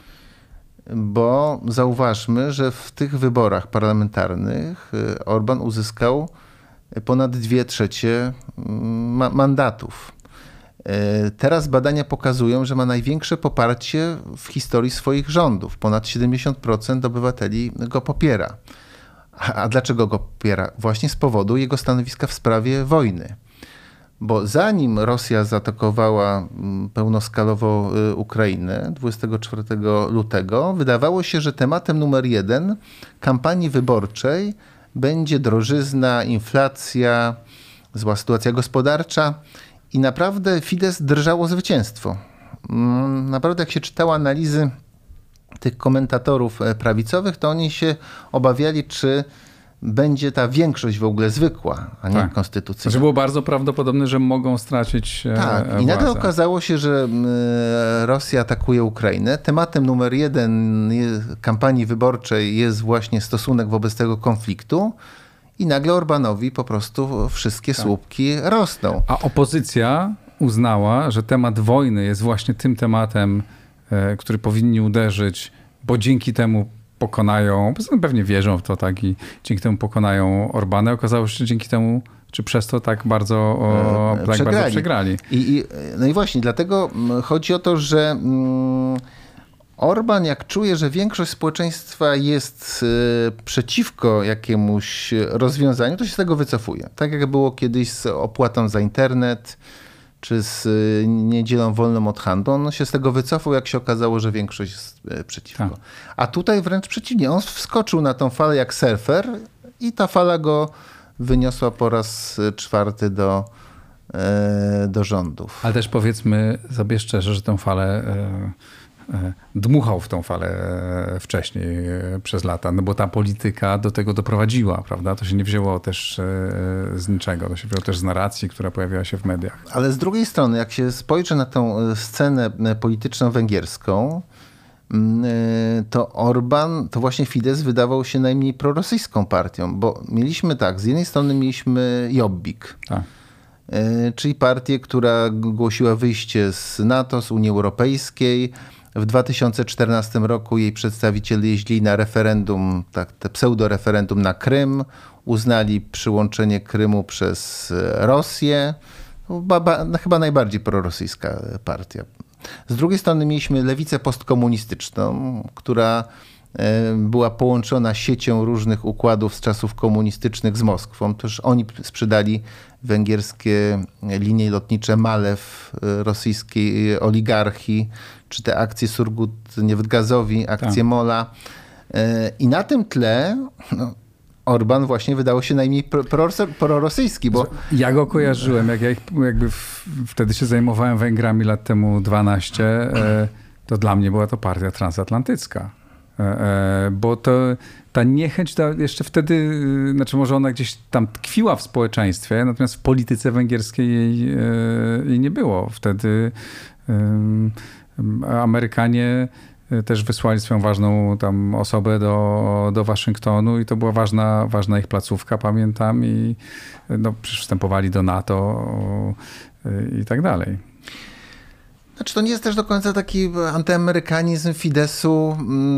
Bo zauważmy, że w tych wyborach parlamentarnych Orbán uzyskał ponad 2/3 mandatów. Teraz badania pokazują, że ma największe poparcie w historii swoich rządów. Ponad 70% obywateli go popiera. A dlaczego go popiera? Właśnie z powodu jego stanowiska w sprawie wojny. Bo zanim Rosja zaatakowała pełnoskalowo Ukrainę 24 lutego, wydawało się, że tematem numer 1 kampanii wyborczej będzie drożyzna, inflacja, zła sytuacja gospodarcza i naprawdę Fidesz drżało zwycięstwo. Naprawdę jak się czytało analizy tych komentatorów prawicowych, to oni się obawiali, czy będzie ta większość w ogóle zwykła, a nie konstytucyjna. Że było bardzo prawdopodobne, że mogą stracić władzę. I nagle okazało się, że Rosja atakuje Ukrainę. Tematem numer 1 kampanii wyborczej jest właśnie stosunek wobec tego konfliktu i nagle Orbánowi po prostu wszystkie słupki rosną. A opozycja uznała, że temat wojny jest właśnie tym tematem, który powinni uderzyć, bo dzięki temu pokonają, pewnie wierzą w to, tak, i dzięki temu pokonają Orbána. Okazało się, że dzięki temu, czy przez to tak bardzo przegrali. No i właśnie, dlatego chodzi o to, że Orbán jak czuje, że większość społeczeństwa jest przeciwko jakiemuś rozwiązaniu, to się z tego wycofuje. Tak jak było kiedyś z opłatą za internet, czy z niedzielą wolną od handlu. On się z tego wycofał, jak się okazało, że większość jest przeciwko. A tutaj wręcz przeciwnie. On wskoczył na tą falę jak surfer i ta fala go wyniosła po raz 4 do rządów. Ale też powiedzmy sobie szczerze, że tę falę dmuchał w tą falę wcześniej przez lata, no bo ta polityka do tego doprowadziła, prawda? To się nie wzięło też z niczego, to się wzięło też z narracji, która pojawiała się w mediach. Ale z drugiej strony, jak się spojrzy na tą scenę polityczną węgierską, to Orbán, to właśnie Fidesz wydawał się najmniej prorosyjską partią, bo mieliśmy tak, z jednej strony mieliśmy Jobbik, czyli partię, która głosiła wyjście z NATO, z Unii Europejskiej. W 2014 roku jej przedstawiciele jeździli na referendum, te pseudoreferendum na Krym, uznali przyłączenie Krymu przez Rosję. Chyba najbardziej prorosyjska partia. Z drugiej strony mieliśmy lewicę postkomunistyczną, która była połączona siecią różnych układów z czasów komunistycznych z Moskwą. Też oni sprzedali węgierskie linie lotnicze Malew rosyjskiej oligarchii, czy te akcje Surgut-Nieftgazowi, akcje MOL-a. I na tym tle Orbán właśnie wydało się najmniej prorosyjski, bo... Ja go kojarzyłem, jak ja wtedy się zajmowałem Węgrami lat temu 12, to dla mnie była to partia transatlantycka. Bo ta niechęć jeszcze wtedy, znaczy może ona gdzieś tam tkwiła w społeczeństwie, natomiast w polityce węgierskiej jej nie było. Wtedy Amerykanie też wysłali swoją ważną tam osobę do Waszyngtonu i to była ważna ich placówka, pamiętam, i przystępowali do NATO i tak dalej. Znaczy to nie jest też do końca taki antyamerykanizm Fidesu,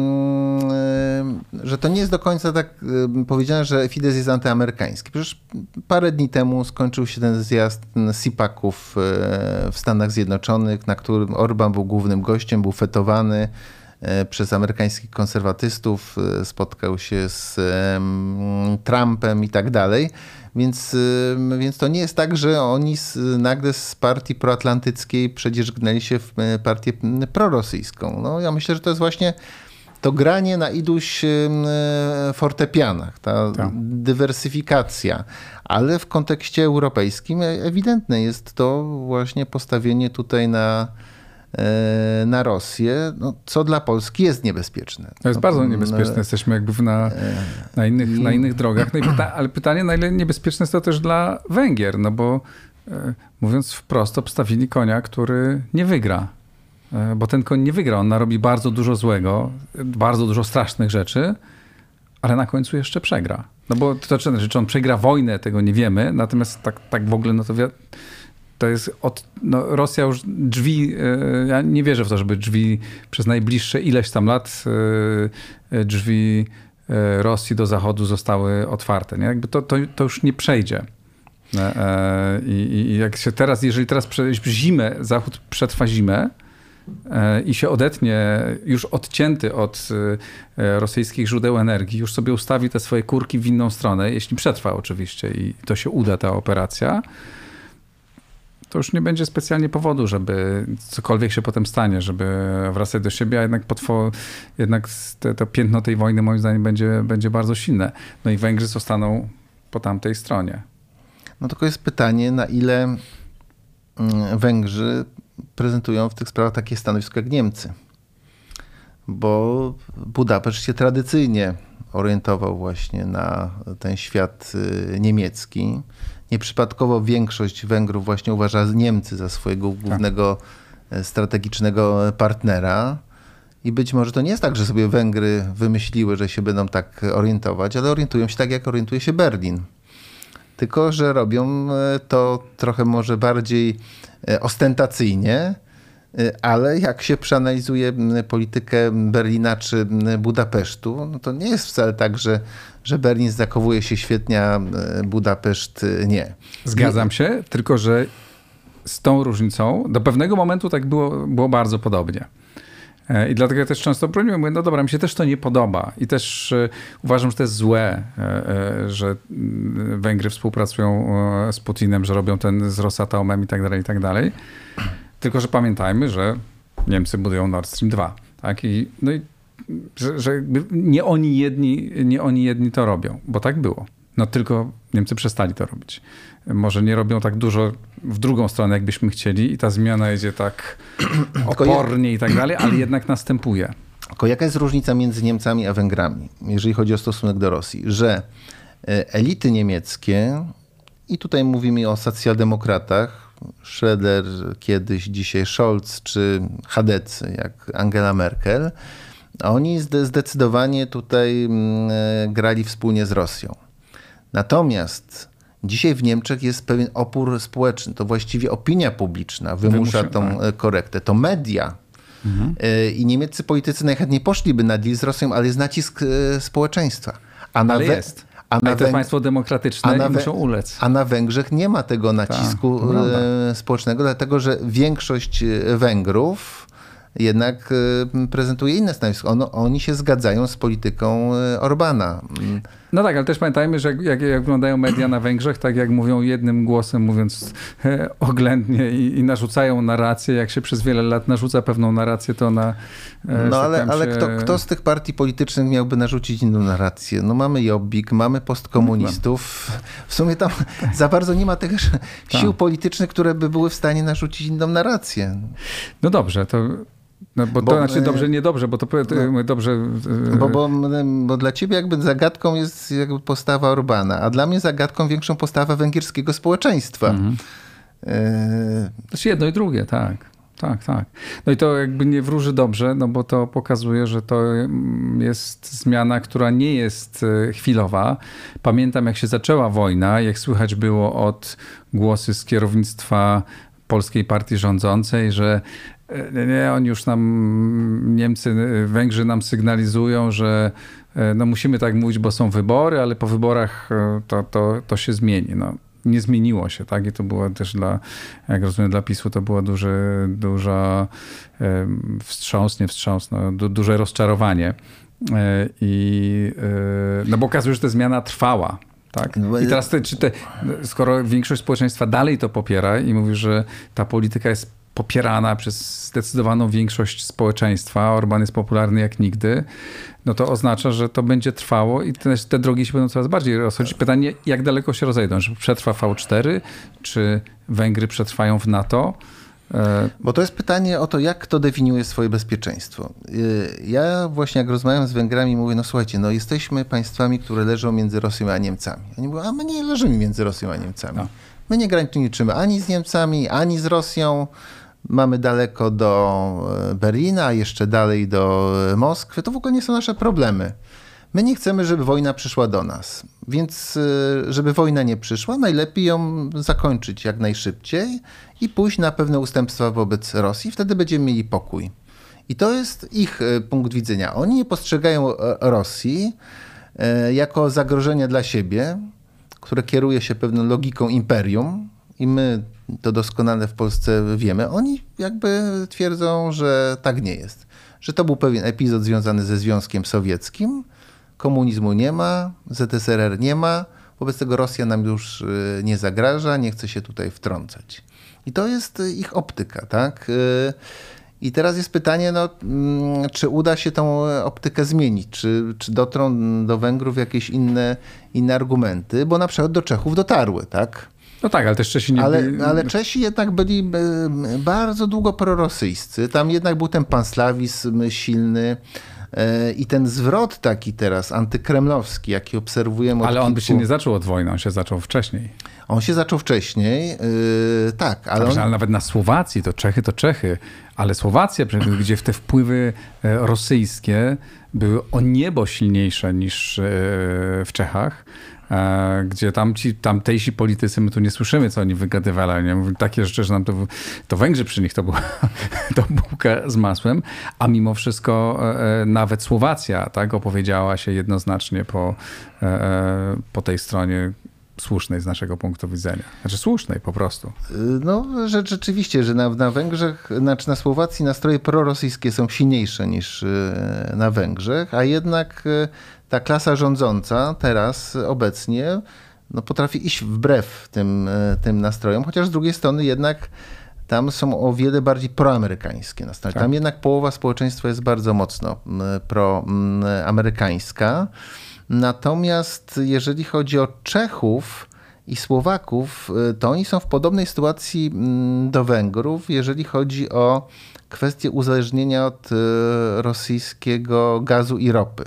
że to nie jest do końca tak powiedziane, że Fidesz jest antyamerykański. Przecież parę dni temu skończył się ten zjazd CPAC-ów w Stanach Zjednoczonych, na którym Orbán był głównym gościem, był fetowany przez amerykańskich konserwatystów, spotkał się z Trumpem i tak dalej. Więc to nie jest tak, że oni nagle z partii proatlantyckiej przedzierzgnęli się w partię prorosyjską. No, ja myślę, że to jest właśnie to granie na iluś fortepianach, ta dywersyfikacja. Ale w kontekście europejskim ewidentne jest to właśnie postawienie tutaj na Rosję, co dla Polski jest niebezpieczne. To jest bardzo niebezpieczne. Jesteśmy jakby na innych drogach. Ale pytanie, na ile niebezpieczne jest to też dla Węgier, no bo mówiąc wprost, obstawili konia, który nie wygra. Bo ten koń nie wygra. On narobi bardzo dużo złego, bardzo dużo strasznych rzeczy, ale na końcu jeszcze przegra. No bo to znaczy, czy on przegra wojnę, tego nie wiemy, natomiast tak w ogóle, no to jest Rosja już drzwi, ja nie wierzę w to, żeby drzwi przez najbliższe ileś tam lat drzwi Rosji do Zachodu zostały otwarte. Nie? Jakby to już nie przejdzie. I jak się jeżeli teraz zimę, Zachód przetrwa zimę i się odetnie, już odcięty od rosyjskich źródeł energii, już sobie ustawi te swoje kurki w inną stronę, jeśli przetrwa oczywiście i to się uda, ta operacja, to już nie będzie specjalnie powodu, żeby cokolwiek się potem stanie, żeby wracać do siebie, a jednak to piętno tej wojny moim zdaniem będzie bardzo silne. No i Węgrzy zostaną po tamtej stronie. No tylko jest pytanie, na ile Węgrzy prezentują w tych sprawach takie stanowisko jak Niemcy. Bo Budapeszt się tradycyjnie orientował właśnie na ten świat niemiecki. Nieprzypadkowo większość Węgrów właśnie uważa Niemcy za swojego głównego strategicznego partnera. I być może to nie jest tak, że sobie Węgry wymyśliły, że się będą tak orientować, ale orientują się tak, jak orientuje się Berlin. Tylko że robią to trochę może bardziej ostentacyjnie, ale jak się przeanalizuje politykę Berlina czy Budapesztu, no to nie jest wcale tak, że Berlin zachowuje się świetnie, a Budapeszt nie. Zgadzam się, tylko że z tą różnicą do pewnego momentu tak było bardzo podobnie. I dlatego ja też często broniłem, mówię, no dobra, mi się też to nie podoba i też uważam, że to jest złe, że Węgry współpracują z Putinem, że robią ten z Rosatomem i tak dalej. Tylko że pamiętajmy, że Niemcy budują Nord Stream 2. Tak? Że nie oni jedni to robią, bo tak było. No tylko Niemcy przestali to robić. Może nie robią tak dużo w drugą stronę, jakbyśmy chcieli i ta zmiana idzie tak opornie i tak dalej, ale jednak następuje. Tylko jaka jest różnica między Niemcami a Węgrami, jeżeli chodzi o stosunek do Rosji? Że elity niemieckie, i tutaj mówimy o socjaldemokratach, Schröder kiedyś, dzisiaj Scholz, czy chadecy, jak Angela Merkel, oni zdecydowanie tutaj grali wspólnie z Rosją. Natomiast dzisiaj w Niemczech jest pewien opór społeczny. To właściwie opinia publiczna wymusza tą korektę. To media. I niemieccy politycy najchętniej poszliby na deal z Rosją, ale jest nacisk społeczeństwa. A to jest państwo demokratyczne i muszą ulec. A na Węgrzech nie ma tego nacisku społecznego, dlatego że większość Węgrów jednak prezentuje inne stanowisko. Oni się zgadzają z polityką Orbana. No tak, ale też pamiętajmy, że jak wyglądają media na Węgrzech, tak jak mówią jednym głosem, mówiąc oględnie i narzucają narrację, jak się przez wiele lat narzuca pewną narrację, to ona... No ale kto z tych partii politycznych miałby narzucić inną narrację? No mamy Jobbik, mamy postkomunistów. W sumie tam za bardzo nie ma tych sił politycznych, które by były w stanie narzucić inną narrację. No dobrze, to... No to znaczy dobrze, niedobrze, bo to dobrze... Bo dla ciebie jakby zagadką jest jakby postawa Orbana, a dla mnie zagadką większą postawa węgierskiego społeczeństwa. To jest jedno i drugie, tak. Tak. No i to jakby nie wróży dobrze, no bo to pokazuje, że to jest zmiana, która nie jest chwilowa. Pamiętam, jak się zaczęła wojna, jak słychać było od głosy z kierownictwa polskiej partii rządzącej, że nie, oni już nam, Węgrzy nam sygnalizują, że no musimy tak mówić, bo są wybory, ale po wyborach to się zmieni. No, nie zmieniło się, tak? I to było też jak rozumiem, dla PiS-u to było duża duże rozczarowanie. No bo okazuje się, że ta zmiana trwała. Tak? I teraz skoro większość społeczeństwa dalej to popiera i mówi, że ta polityka jest popierana przez zdecydowaną większość społeczeństwa, Orban jest popularny jak nigdy, no to oznacza, że to będzie trwało i te drogi się będą coraz bardziej rozchodzić. Pytanie, jak daleko się rozejdą? Czy przetrwa V4? Czy Węgry przetrwają w NATO? Bo to jest pytanie o to, jak kto definiuje swoje bezpieczeństwo. Ja właśnie jak rozmawiam z Węgrami mówię, no słuchajcie, no jesteśmy państwami, które leżą między Rosją a Niemcami. Oni mówią, a my nie leżymy między Rosją a Niemcami. No. My nie graniczymy ani z Niemcami, ani z Rosją. Mamy daleko do Berlina, a jeszcze dalej do Moskwy. To w ogóle nie są nasze problemy. My nie chcemy, żeby wojna przyszła do nas. Więc żeby wojna nie przyszła, najlepiej ją zakończyć jak najszybciej i pójść na pewne ustępstwa wobec Rosji. Wtedy będziemy mieli pokój. I to jest ich punkt widzenia. Oni nie postrzegają Rosji jako zagrożenia dla siebie, które kieruje się pewną logiką imperium i my to doskonale w Polsce wiemy. Oni jakby twierdzą, że tak nie jest. Że to był pewien epizod związany ze Związkiem Sowieckim. Komunizmu nie ma, ZSRR nie ma, wobec tego Rosja nam już nie zagraża, nie chce się tutaj wtrącać. I to jest ich optyka, tak? I teraz jest pytanie, no, czy uda się tą optykę zmienić, czy dotrą do Węgrów jakieś inne argumenty, bo na przykład do Czechów dotarły, tak? No tak, ale też Czesi nie byli... Ale Czesi jednak byli bardzo długo prorosyjscy. Tam jednak był ten panslawizm silny. I ten zwrot taki teraz antykremlowski, jaki obserwujemy... Ale on by się nie zaczął od wojny, on się zaczął wcześniej. On się zaczął wcześniej, tak. Ale nawet na Słowacji to Czechy, ale Słowacja, gdzie te wpływy rosyjskie były o niebo silniejsze niż w Czechach, gdzie tamtejsi politycy, my tu nie słyszymy, co oni wygadywali, ale nie mówią takie rzeczy, że nam to Węgrzy przy nich to bułka z masłem, a mimo wszystko nawet Słowacja tak opowiedziała się jednoznacznie po tej stronie słusznej z naszego punktu widzenia. Znaczy słusznej po prostu. No, rzeczywiście, że na Węgrzech, znaczy na Słowacji nastroje prorosyjskie są silniejsze niż na Węgrzech, a jednak ta klasa rządząca teraz obecnie no, potrafi iść wbrew tym nastrojom, chociaż z drugiej strony jednak tam są o wiele bardziej proamerykańskie nastroje. Tak. Tam jednak połowa społeczeństwa jest bardzo mocno proamerykańska. Natomiast jeżeli chodzi o Czechów i Słowaków, to oni są w podobnej sytuacji do Węgrów, jeżeli chodzi o kwestię uzależnienia od rosyjskiego gazu i ropy.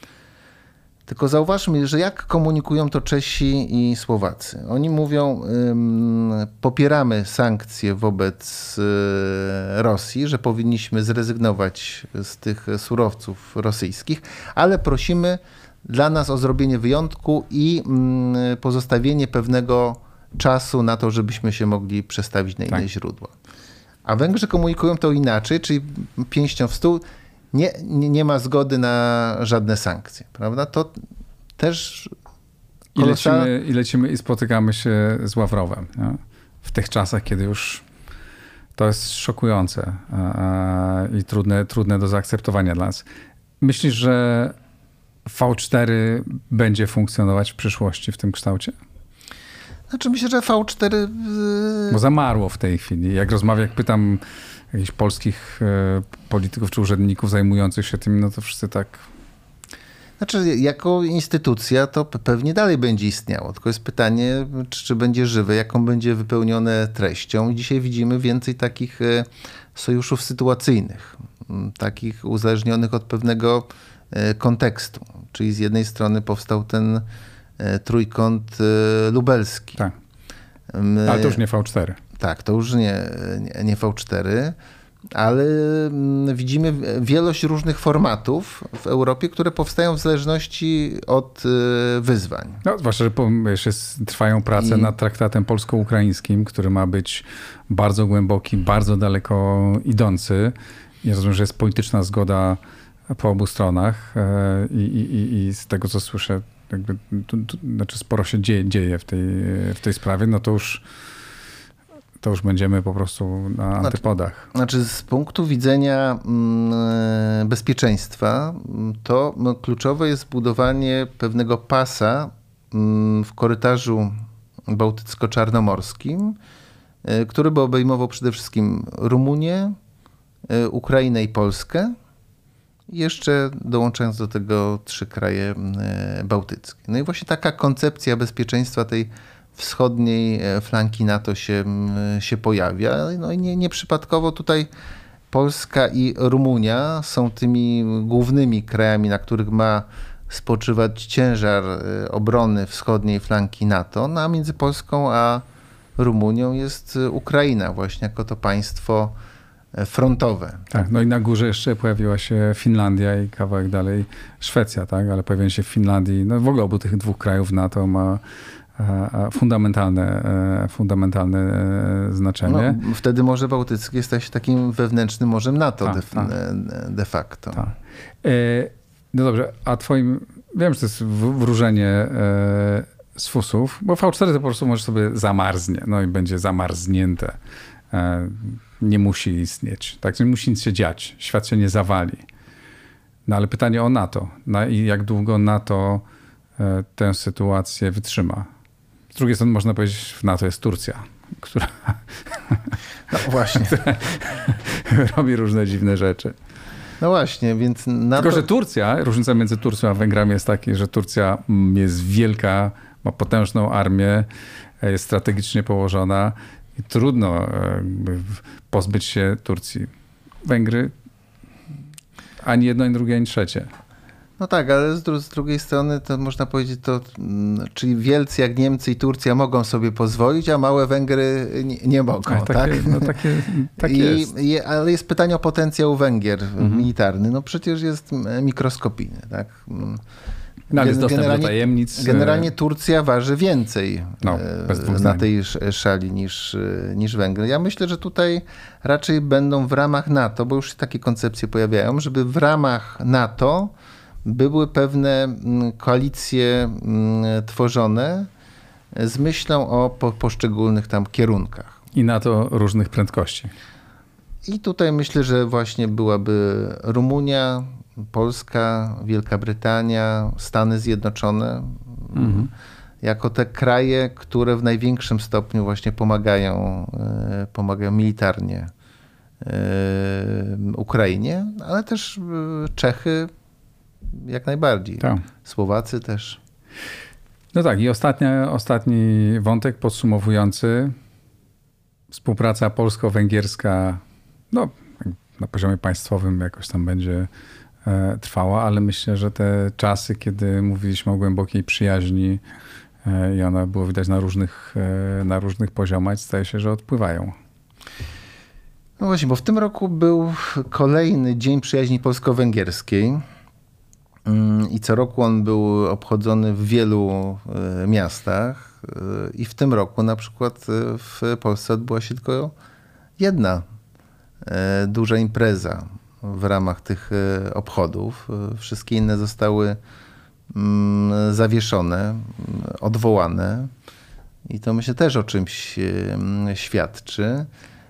Tylko zauważmy, że jak komunikują to Czesi i Słowacy. Oni mówią, popieramy sankcje wobec Rosji, że powinniśmy zrezygnować z tych surowców rosyjskich, ale prosimy dla nas o zrobienie wyjątku i pozostawienie pewnego czasu na to, żebyśmy się mogli przestawić na inne źródła. A Węgrzy komunikują to inaczej, czyli pięścią w stół, nie ma zgody na żadne sankcje, prawda? To też I lecimy i spotykamy się z Ławrowem. Nie? W tych czasach, kiedy już to jest szokujące i trudne do zaakceptowania dla nas. Myślisz, że V4 będzie funkcjonować w przyszłości w tym kształcie? Znaczy myślę, że V4... Bo zamarło w tej chwili. Jak pytam jakichś polskich polityków czy urzędników zajmujących się tym, no to wszyscy tak... Znaczy, jako instytucja to pewnie dalej będzie istniało. Tylko jest pytanie, czy będzie żywe, jaką będzie wypełnione treścią. I dzisiaj widzimy więcej takich sojuszów sytuacyjnych, takich uzależnionych od pewnego kontekstu. Czyli z jednej strony powstał ten trójkąt lubelski. Tak. Ale to już nie V4. Tak, to już nie V4. Ale widzimy wielość różnych formatów w Europie, które powstają w zależności od wyzwań. No, zwłaszcza, że trwają prace nad traktatem polsko-ukraińskim, który ma być bardzo głęboki, bardzo daleko idący. Ja rozumiem, że jest polityczna zgoda po obu stronach i z tego, co słyszę, znaczy sporo się dzieje w tej sprawie, no to już będziemy po prostu na antypodach. Znaczy z punktu widzenia bezpieczeństwa to kluczowe jest budowanie pewnego pasa w korytarzu bałtycko-czarnomorskim, który by obejmował przede wszystkim Rumunię, Ukrainę i Polskę. I jeszcze dołączając do tego 3 kraje bałtyckie. No i właśnie taka koncepcja bezpieczeństwa tej wschodniej flanki NATO się pojawia. No i nieprzypadkowo tutaj Polska i Rumunia są tymi głównymi krajami, na których ma spoczywać ciężar obrony wschodniej flanki NATO. No a między Polską a Rumunią jest Ukraina właśnie jako to państwo frontowe. Tak, no i na górze jeszcze pojawiła się Finlandia i kawałek dalej Szwecja, tak? Ale pojawienie się w Finlandii, no w ogóle obu tych 2 krajów NATO ma fundamentalne znaczenie. No, wtedy Morze Bałtyckie staje się takim wewnętrznym morzem NATO de facto. Ta. No dobrze, a wiem, że to jest wróżenie z fusów, bo V4 to po prostu może sobie zamarznie, no i będzie zamarznięte. Nie musi istnieć, tak? Nie musi nic się dziać, świat się nie zawali. No ale pytanie o NATO. I jak długo NATO tę sytuację wytrzyma? Z drugiej strony można powiedzieć, że w NATO jest Turcja, która, no właśnie. która robi różne dziwne rzeczy. No właśnie, więc NATO... Tylko, że Turcja, różnica między Turcją a Węgrami jest taka, że Turcja jest wielka, ma potężną armię, jest strategicznie położona i trudno pozbyć się Turcji. Węgry ani jedno, ani drugie, ani trzecie. No tak, ale z drugiej strony to można powiedzieć, czyli wielcy jak Niemcy i Turcja mogą sobie pozwolić, a małe Węgry nie mogą. Tak jest. Ale jest pytanie o potencjał Węgier militarny. No przecież jest mikroskopijny. Tak? No, ale jest dostęp do tajemnic. Generalnie Turcja waży więcej na tej szali niż Węgry. Ja myślę, że tutaj raczej będą w ramach NATO, bo już się takie koncepcje pojawiają, żeby w ramach NATO były pewne koalicje tworzone z myślą o poszczególnych tam kierunkach. I NATO różnych prędkości. I tutaj myślę, że właśnie byłaby Rumunia, Polska, Wielka Brytania, Stany Zjednoczone, jako te kraje, które w największym stopniu właśnie pomagają militarnie Ukrainie, ale też Czechy jak najbardziej. Tak. Słowacy też. No tak, i ostatni wątek podsumowujący. Współpraca polsko-węgierska na poziomie państwowym jakoś tam będzie trwała, ale myślę, że te czasy, kiedy mówiliśmy o głębokiej przyjaźni i ona było widać na różnych poziomach, zdaje się, że odpływają. No właśnie, bo w tym roku był kolejny Dzień Przyjaźni Polsko-Węgierskiej i co roku on był obchodzony w wielu miastach i w tym roku na przykład w Polsce odbyła się tylko jedna duża impreza w ramach tych obchodów. Wszystkie inne zostały zawieszone, odwołane. I to myślę też o czymś świadczy.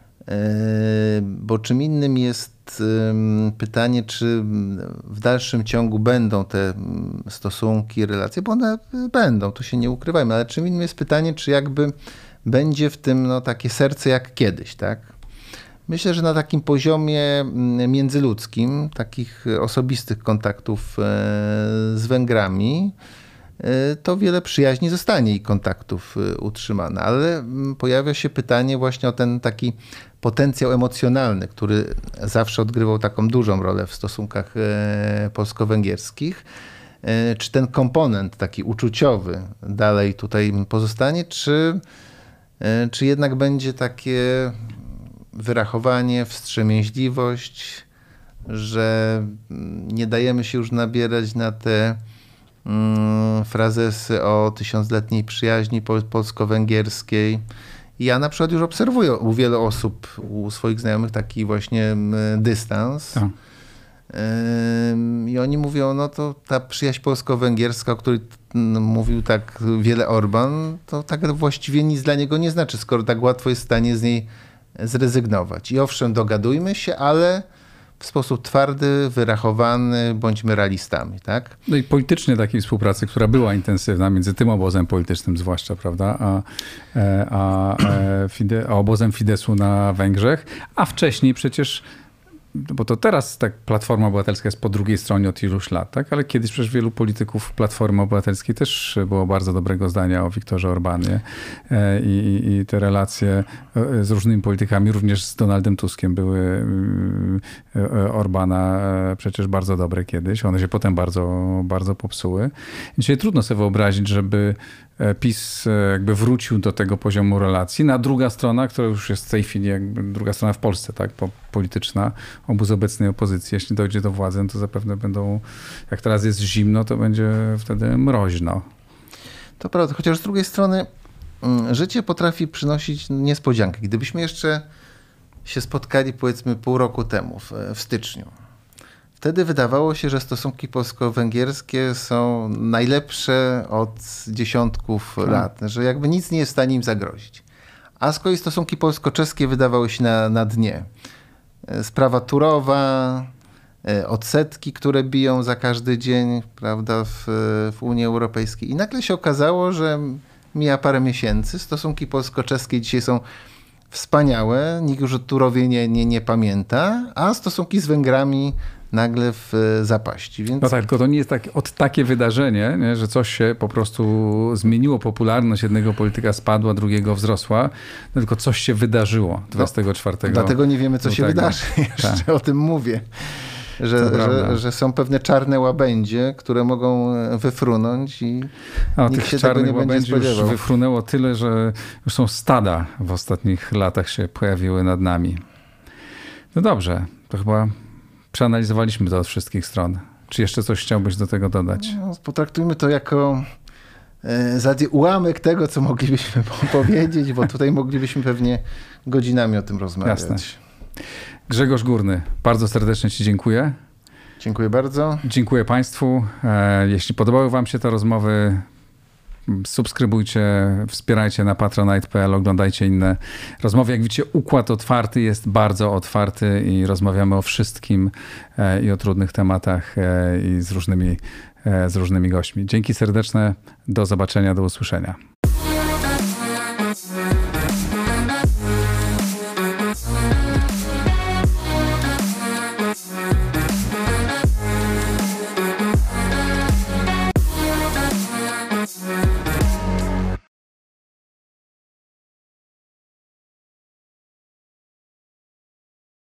Bo czym innym jest pytanie, czy w dalszym ciągu będą te stosunki, relacje, bo one będą, tu się nie ukrywajmy, ale czym innym jest pytanie, czy jakby będzie w tym takie serce jak kiedyś, tak? Myślę, że na takim poziomie międzyludzkim, takich osobistych kontaktów z Węgrami, to wiele przyjaźni zostanie i kontaktów utrzymane, ale pojawia się pytanie właśnie o ten taki potencjał emocjonalny, który zawsze odgrywał taką dużą rolę w stosunkach polsko-węgierskich. Czy ten komponent taki uczuciowy dalej tutaj pozostanie, czy jednak będzie takie wyrachowanie, wstrzemięźliwość, że nie dajemy się już nabierać na te frazesy o tysiącletniej przyjaźni polsko-węgierskiej. Ja na przykład już obserwuję u wielu osób, u swoich znajomych taki właśnie dystans. A. I oni mówią, no to ta przyjaźń polsko-węgierska, o której mówił tak wiele Orbán, to tak właściwie nic dla niego nie znaczy, skoro tak łatwo jest w stanie z niej zrezygnować. I owszem, dogadujmy się, ale w sposób twardy, wyrachowany, bądźmy realistami, tak? No i politycznie takiej współpracy, która była intensywna między tym obozem politycznym zwłaszcza, prawda, a obozem Fideszu na Węgrzech, a wcześniej przecież, bo to teraz tak Platforma Obywatelska jest po drugiej stronie od iluś lat, tak? Ale kiedyś przecież wielu polityków Platformy Obywatelskiej też było bardzo dobrego zdania o Viktorze Orbánie i te relacje z różnymi politykami, również z Donaldem Tuskiem były Orbána przecież bardzo dobre kiedyś. One się potem bardzo, bardzo popsuły. Dzisiaj trudno sobie wyobrazić, żeby PiS jakby wrócił do tego poziomu relacji. A druga strona, która już jest w tej chwili jakby druga strona w Polsce, tak, polityczna, obóz obecnej opozycji, jeśli dojdzie do władzy, no to zapewne będą, jak teraz jest zimno, to będzie wtedy mroźno. To prawda, chociaż z drugiej strony życie potrafi przynosić niespodziankę. Gdybyśmy jeszcze się spotkali powiedzmy pół roku temu, w styczniu, wtedy wydawało się, że stosunki polsko-węgierskie są najlepsze od dziesiątków lat, że jakby nic nie jest w stanie im zagrozić. A z kolei stosunki polsko-czeskie wydawały się na dnie. Sprawa Turowa, odsetki, które biją za każdy dzień, prawda, w Unii Europejskiej. I nagle się okazało, że mija parę miesięcy, stosunki polsko-czeskie dzisiaj są wspaniałe, nikt już o Turowie nie pamięta, a stosunki z Węgrami nagle w zapaści. Więc... No tak, tylko to nie jest takie wydarzenie, nie, że coś się po prostu zmieniło, popularność jednego polityka spadła, drugiego wzrosła, no, tylko coś się wydarzyło 24. Dlatego nie wiemy, co się wydarzy. Jeszcze o tym mówię. Że są pewne czarne łabędzie, które mogą wyfrunąć i nikt się tego nie będzie spodziewał. Już wyfrunęło tyle, że już są stada w ostatnich latach się pojawiły nad nami. No dobrze, to chyba przeanalizowaliśmy to od wszystkich stron. Czy jeszcze coś chciałbyś do tego dodać? No, potraktujmy to jako ułamek tego, co moglibyśmy powiedzieć, bo tutaj moglibyśmy pewnie godzinami o tym rozmawiać. Jasne. Grzegorz Górny, bardzo serdecznie Ci dziękuję. Dziękuję bardzo. Dziękuję Państwu. Jeśli podobały Wam się te rozmowy, subskrybujcie, wspierajcie na patronite.pl, oglądajcie inne rozmowy. Jak widzicie, układ otwarty jest bardzo otwarty i rozmawiamy o wszystkim i o trudnych tematach i z różnymi gośćmi. Dzięki serdeczne, do zobaczenia, do usłyszenia.